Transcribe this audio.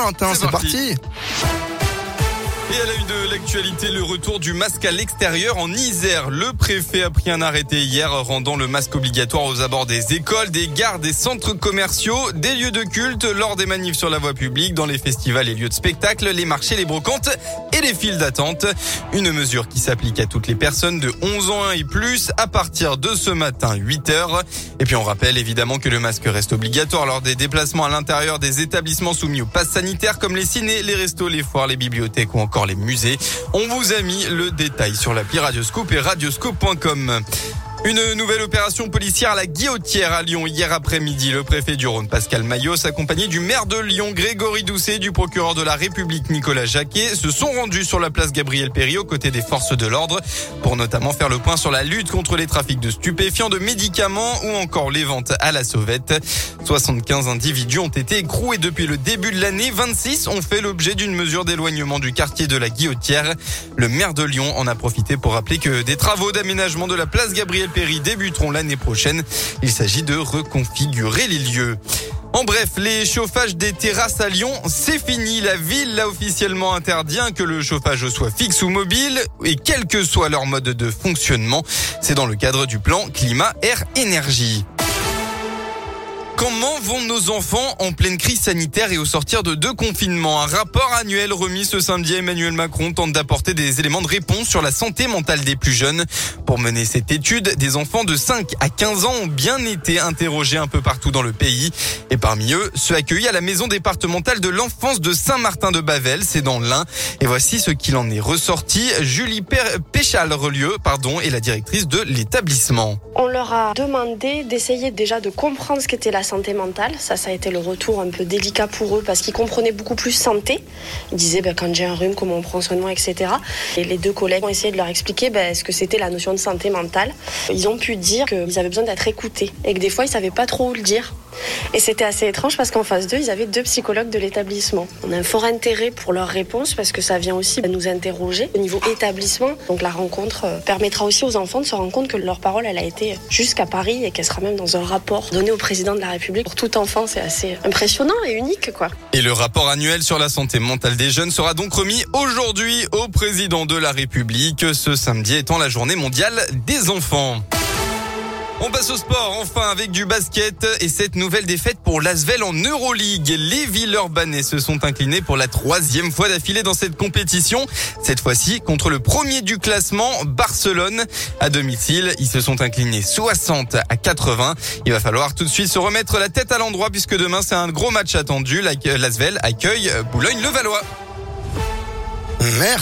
Valentin, c'est parti. Et à la une de l'actualité, le retour du masque à l'extérieur en Isère. Le préfet a pris un arrêté hier rendant le masque obligatoire aux abords des écoles, des gares, des centres commerciaux, des lieux de culte, lors des manifs sur la voie publique, dans les festivals et lieux de spectacle, les marchés, les brocantes et les files d'attente. Une mesure qui s'applique à toutes les personnes de 11 ans et plus à partir de ce matin 8h. Et puis on rappelle évidemment que le masque reste obligatoire lors des déplacements à l'intérieur des établissements soumis au pass sanitaire comme les cinés, les restos, les foires, les bibliothèques ou encore les musées. On vous a mis le détail sur l'appli Radioscoop et radioscoop.com. Une nouvelle opération policière à la Guillotière à Lyon hier après-midi. Le préfet du Rhône, Pascal Mayos, accompagné du maire de Lyon, Grégory Doucet, du procureur de la République, Nicolas Jacquet, se sont rendus sur la place Gabriel-Péri aux côtés des forces de l'ordre pour notamment faire le point sur la lutte contre les trafics de stupéfiants, de médicaments ou encore les ventes à la sauvette. 75 individus ont été écroués depuis le début de l'année. 26 ont fait l'objet d'une mesure d'éloignement du quartier de la Guillotière. Le maire de Lyon en a profité pour rappeler que des travaux d'aménagement de la place Gabriel-Péri débuteront l'année prochaine. Il s'agit de reconfigurer les lieux. En bref, les chauffages des terrasses à Lyon, c'est fini. La ville l'a officiellement interdit, que le chauffage soit fixe ou mobile et quel que soit leur mode de fonctionnement. C'est dans le cadre du plan climat, air, énergie. Comment vont nos enfants en pleine crise sanitaire et au sortir de 2 confinements? Un rapport annuel remis ce samedi à Emmanuel Macron tente d'apporter des éléments de réponse sur la santé mentale des plus jeunes. Pour mener cette étude, des enfants de 5 à 15 ans ont bien été interrogés un peu partout dans le pays. Et parmi eux, ceux accueillis à la maison départementale de l'enfance de Saint-Martin-de-Bavel, c'est dans l'Ain. Et voici ce qu'il en est ressorti. Julie Péchal-Relieu, est la directrice de l'établissement. On leur a demandé d'essayer déjà de comprendre ce qu'était la santé mentale. Ça a été le retour un peu délicat pour eux parce qu'ils comprenaient beaucoup plus santé. Ils disaient quand j'ai un rhume, comment on prend soin de moi, etc. Et les 2 collègues ont essayé de leur expliquer ce que c'était la notion de santé mentale. Ils ont pu dire qu'ils avaient besoin d'être écoutés et que des fois ils savaient pas trop où le dire. Et c'était assez étrange parce qu'en face d'eux, ils avaient 2 psychologues de l'établissement. On a un fort intérêt pour leurs réponses parce que ça vient aussi nous interroger au niveau établissement. Donc la rencontre permettra aussi aux enfants de se rendre compte que leur parole, elle a été jusqu'à Paris et qu'elle sera même dans un rapport donné au président de la République. Pour tout enfant, c'est assez impressionnant et unique, quoi. Et le rapport annuel sur la santé mentale des jeunes sera donc remis aujourd'hui au président de la République, ce samedi étant la journée mondiale des enfants. On passe au sport, enfin, avec du basket et cette nouvelle défaite pour l'Asvel en Euroleague. Les Villeurbanais se sont inclinés pour la 3e fois d'affilée dans cette compétition. Cette fois-ci, contre le premier du classement, Barcelone. À domicile, ils se sont inclinés 60-80. Il va falloir tout de suite se remettre la tête à l'endroit puisque demain, c'est un gros match attendu. L'Asvel accueille Boulogne-le-Valois. Merci.